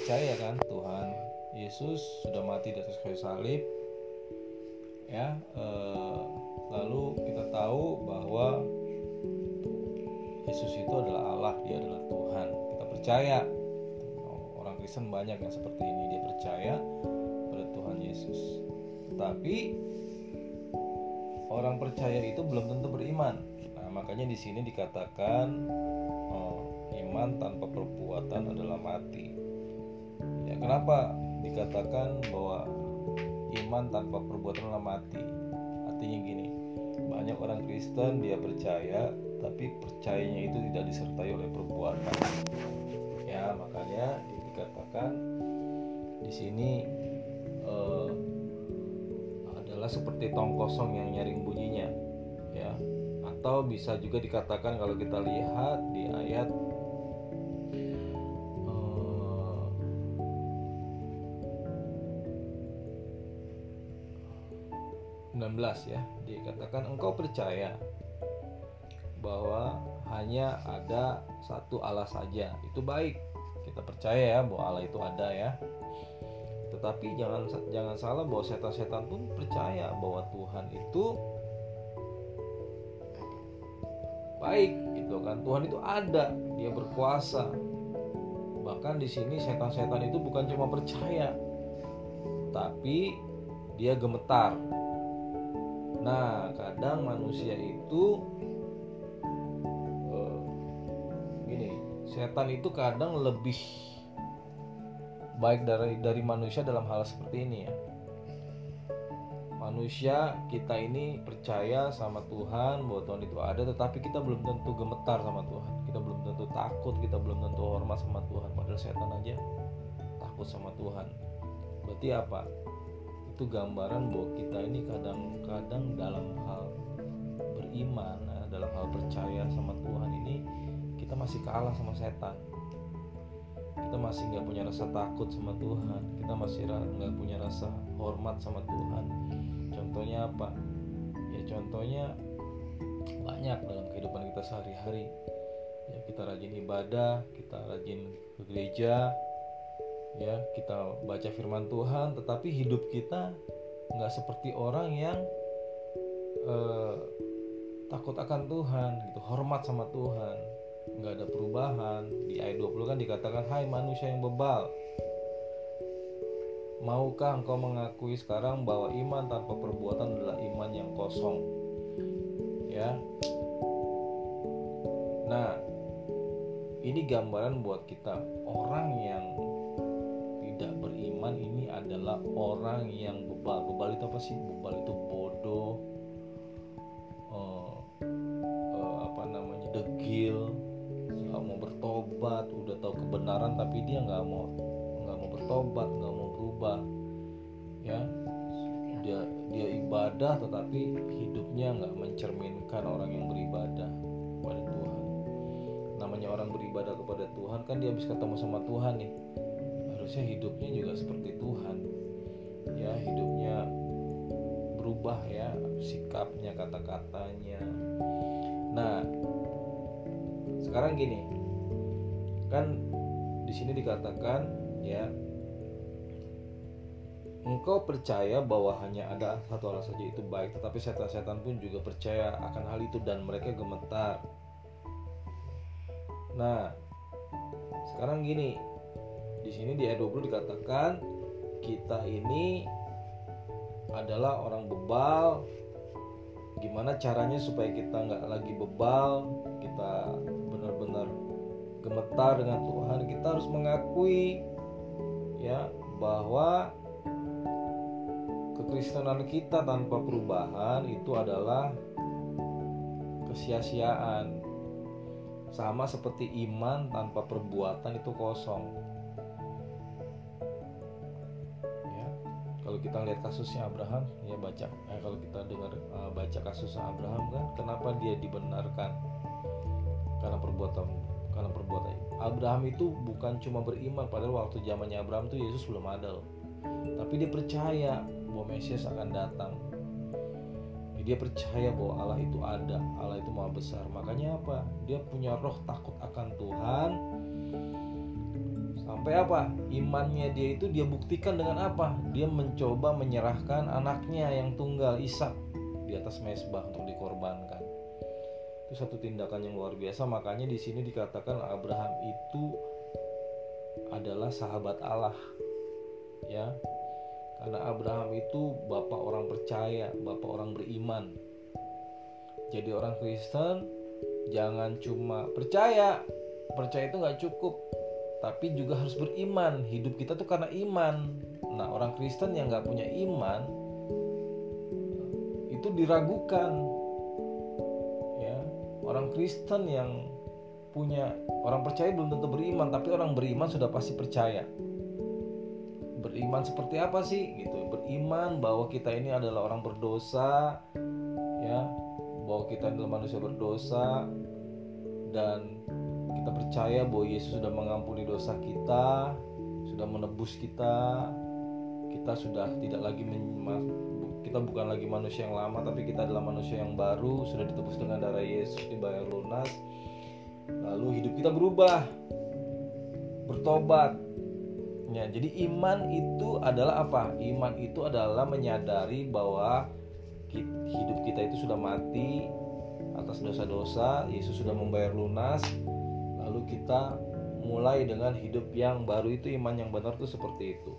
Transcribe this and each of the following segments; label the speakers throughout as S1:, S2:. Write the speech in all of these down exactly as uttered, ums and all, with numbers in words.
S1: percaya kan Tuhan Yesus sudah mati di atas kayu salib, ya. Eh, lalu kita tahu bahwa Yesus itu adalah Allah, dia adalah Tuhan. Kita percaya. Orang Kristen banyak yang seperti ini, dia percaya pada Tuhan Yesus. Tetapi orang percaya itu belum tentu beriman. Nah, makanya di sini dikatakan oh, iman tanpa perbuatan adalah mati. Ya, kenapa dikatakan bahwa iman tanpa perbuatan adalah mati? Artinya gini, banyak orang Kristen dia percaya, tapi percayanya itu tidak disertai oleh perbuatan. Ya, makanya dikatakan di sini eh, adalah seperti tong kosong yang nyaring bunyinya, ya. Atau bisa juga dikatakan kalau kita lihat di ayat eh, sembilan belas, ya, dikatakan engkau percaya bahwa hanya ada satu Allah saja, itu baik. Kita percaya ya bahwa Allah itu ada, ya. Tetapi jangan jangan salah bahwa setan-setan pun percaya bahwa Tuhan itu baik, gitu kan. Tuhan itu ada, dia berkuasa. Bahkan di sini setan-setan itu bukan cuma percaya, tapi dia gemetar. Nah, kadang manusia itu uh, gini, setan itu kadang lebih baik dari dari manusia dalam hal seperti ini, ya. Manusia kita ini percaya sama Tuhan bahwa Tuhan itu ada, tetapi kita belum tentu gemetar sama Tuhan. Kita belum tentu takut, kita belum tentu hormat sama Tuhan. Padahal setan aja takut sama Tuhan. Berarti apa? Itu gambaran bahwa kita ini kadang-kadang dalam hal beriman, ya, dalam hal percaya sama Tuhan ini kita masih kalah sama setan. Kita masih nggak punya rasa takut sama Tuhan, kita masih nggak punya rasa hormat sama Tuhan. Contohnya apa? Ya contohnya banyak dalam kehidupan kita sehari-hari. Ya kita rajin ibadah, kita rajin ke gereja, ya kita baca firman Tuhan, tetapi hidup kita nggak seperti orang yang eh, takut akan Tuhan, gitu, hormat sama Tuhan. Nggak ada perubahan. Di ayat dua puluh kan dikatakan, hai manusia yang bebal, maukah engkau mengakui sekarang bahwa iman tanpa perbuatan adalah iman yang kosong, ya. Nah, ini gambaran buat kita. Orang yang tidak beriman ini adalah orang yang bebal. Bebal itu apa sih? Bebal itu bodoh, uh, uh, apa namanya, degil, nggak mau bertobat. Udah tahu kebenaran tapi dia nggak mau nggak mau bertobat, nggak mau berubah, ya. Dia dia ibadah tetapi hidupnya nggak mencerminkan orang yang beribadah kepada Tuhan. Namanya orang beribadah kepada Tuhan kan dia habis ketemu sama Tuhan nih, harusnya hidupnya juga seperti Tuhan, ya. Hidupnya berubah, ya, sikapnya, kata-katanya. Nah, sekarang gini, kan di sini dikatakan, ya, engkau percaya bahwa hanya ada satu Allah saja, itu baik. Tetapi setan-setan pun juga percaya akan hal itu dan mereka gemetar. Nah, sekarang gini, di sini di ayat dua puluh dikatakan kita ini adalah orang bebal. Gimana caranya supaya kita nggak lagi bebal, kita benar-benar gemetar dengan Tuhan? Kita harus mengakui, ya, bahwa kekristenan kita tanpa perubahan itu adalah kesia-siaan. Sama seperti iman tanpa perbuatan itu kosong. Ya, kalau kita lihat kasusnya Abraham, ya baca, eh, kalau kita dengar uh, baca kasusnya Abraham kan, kenapa dia dibenarkan? Karena perbuatan, karena perbuatan. Abraham itu bukan cuma beriman, padahal waktu zamannya Abraham itu Yesus belum ada loh. Tapi dia percaya bahwa Mesias akan datang. Dia percaya bahwa Allah itu ada, Allah itu maha besar. Makanya apa? Dia punya roh takut akan Tuhan, Sampai apa? Imannya dia itu dia buktikan dengan apa? Dia mencoba menyerahkan anaknya yang tunggal, Ishak, di atas mezbah untuk dikorbankan. Itu satu tindakan yang luar biasa. Makanya di sini dikatakan Abraham itu adalah sahabat Allah, ya. Karena Abraham itu bapak orang percaya, bapak orang beriman. Jadi orang Kristen jangan cuma percaya. Percaya itu gak cukup, tapi juga harus beriman. Hidup kita tuh karena iman. Nah, orang Kristen yang gak punya iman itu diragukan, ya. Orang Kristen yang punya, orang percaya belum tentu beriman, tapi orang beriman sudah pasti percaya. Beriman seperti apa sih? Gitu. Beriman bahwa kita ini adalah orang berdosa, ya, bahwa kita adalah manusia berdosa, dan kita percaya bahwa Yesus sudah mengampuni dosa kita, sudah menebus kita. Kita sudah tidak lagi men- kita bukan lagi manusia yang lama, tapi kita adalah manusia yang baru, sudah ditebus dengan darah Yesus, dibayar lunas. Lalu hidup kita berubah, bertobat. Ya, jadi iman itu adalah apa? Iman itu adalah menyadari bahwa hidup kita itu sudah mati atas dosa-dosa, Yesus sudah membayar lunas. Lalu kita mulai dengan hidup yang baru. Itu iman yang benar tuh seperti itu.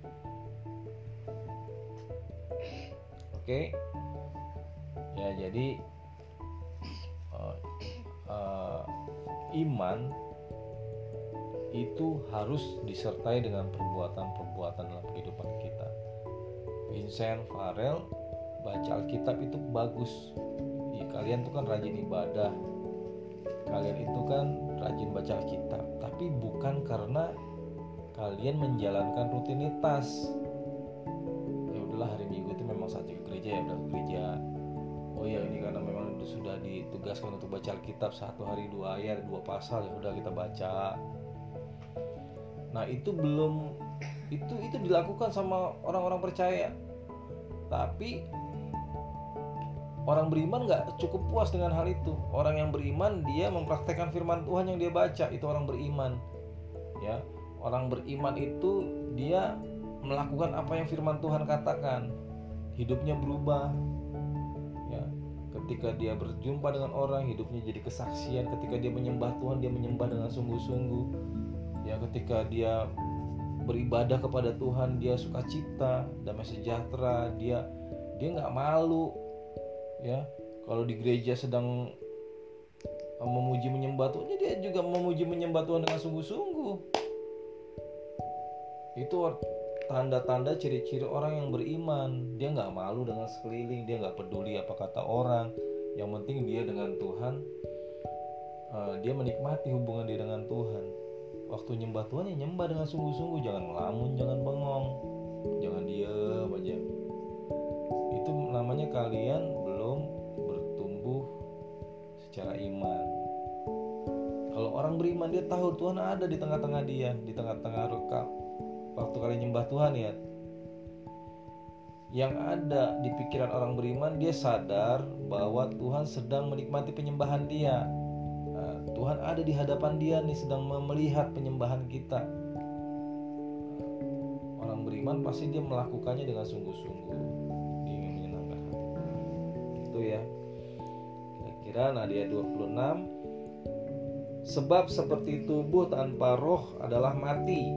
S1: Oke. Ya, jadi uh, uh, iman itu harus disertai dengan perbuatan-perbuatan dalam kehidupan kita. Vincent Farrell, baca Alkitab itu bagus. Ya, kalian tuh kan rajin ibadah, kalian itu kan rajin baca Alkitab, tapi bukan karena kalian menjalankan rutinitas. Ya udahlah, hari Minggu itu memang saatnya ke gereja, ya udah ke gereja. Oh ya, ini karena memang sudah ditugaskan untuk baca Alkitab satu hari dua ayat, dua pasal, ya udah kita baca. Nah, itu belum itu itu dilakukan sama orang-orang percaya. Tapi orang beriman gak cukup puas dengan hal itu. Orang yang beriman dia mempraktekkan firman Tuhan yang dia baca, itu orang beriman. Ya, orang beriman itu dia melakukan apa yang firman Tuhan katakan. Hidupnya berubah. Ya, ketika dia berjumpa dengan orang, hidupnya jadi kesaksian. Ketika dia menyembah Tuhan, dia menyembah dengan sungguh-sungguh. Ya, ketika dia beribadah kepada Tuhan, dia sukacita, damai sejahtera, dia dia nggak malu, ya. Kalau di gereja sedang memuji menyembah Tuhan, dia juga memuji menyembah Tuhan dengan sungguh-sungguh. Itu tanda-tanda ciri-ciri orang yang beriman. Dia nggak malu dengan sekeliling, dia nggak peduli apa kata orang. Yang penting dia dengan Tuhan, uh, dia menikmati hubungan dia dengan Tuhan. Waktu nyembah Tuhan ya nyembah dengan sungguh-sungguh, jangan ngelamun, jangan bengong, jangan diem aja. Itu namanya kalian belum bertumbuh secara iman. Kalau orang beriman, dia tahu Tuhan ada di tengah-tengah dia, di tengah-tengah rekam. Waktu kalian nyembah Tuhan ya, yang ada di pikiran orang beriman, dia sadar bahwa Tuhan sedang menikmati penyembahan dia. Tuhan ada di hadapan dia nih, sedang melihat penyembahan kita. Orang beriman pasti dia melakukannya dengan sungguh-sungguh, dia ingin menyenangkan hati. Itu ya. Kira-kira nah di ayat dua puluh enam, sebab seperti tubuh tanpa roh adalah mati.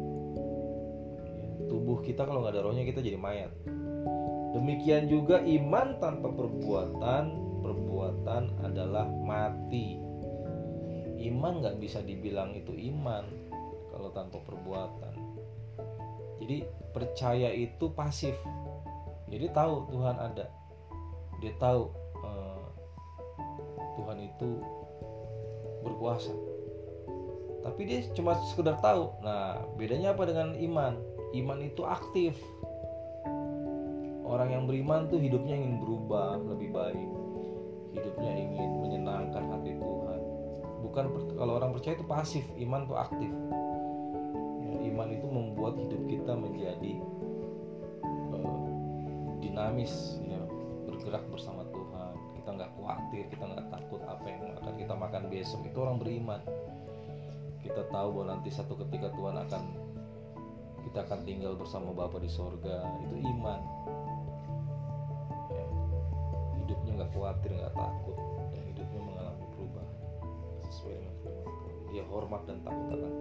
S1: Tubuh kita kalau nggak ada rohnya kita jadi mayat. Demikian juga iman tanpa perbuatan, perbuatan adalah mati. Iman gak bisa dibilang itu iman kalau tanpa perbuatan. Jadi percaya itu pasif. Jadi tahu Tuhan ada, dia tahu uh, Tuhan itu berkuasa, tapi dia cuma sekedar tahu. Nah, bedanya apa dengan iman? Iman itu aktif. Orang yang beriman tuh hidupnya ingin berubah lebih baik, hidupnya ingin menyenangkan hati Tuhan. Bukan, kalau orang percaya itu pasif, iman itu aktif. Ya, iman itu membuat hidup kita menjadi uh, dinamis, ya, bergerak bersama Tuhan. Kita nggak khawatir, kita nggak takut apa yang akan kita makan besok. Itu orang beriman. kita tahu bahwa nanti satu ketika Tuhan akan kita akan tinggal bersama Bapa di sorga. Itu iman ya. Hidupnya nggak khawatir, nggak takut, dan hidupnya mengalami perubahan sesuai dengan firman Tuhan. Dia hormat dan takut akan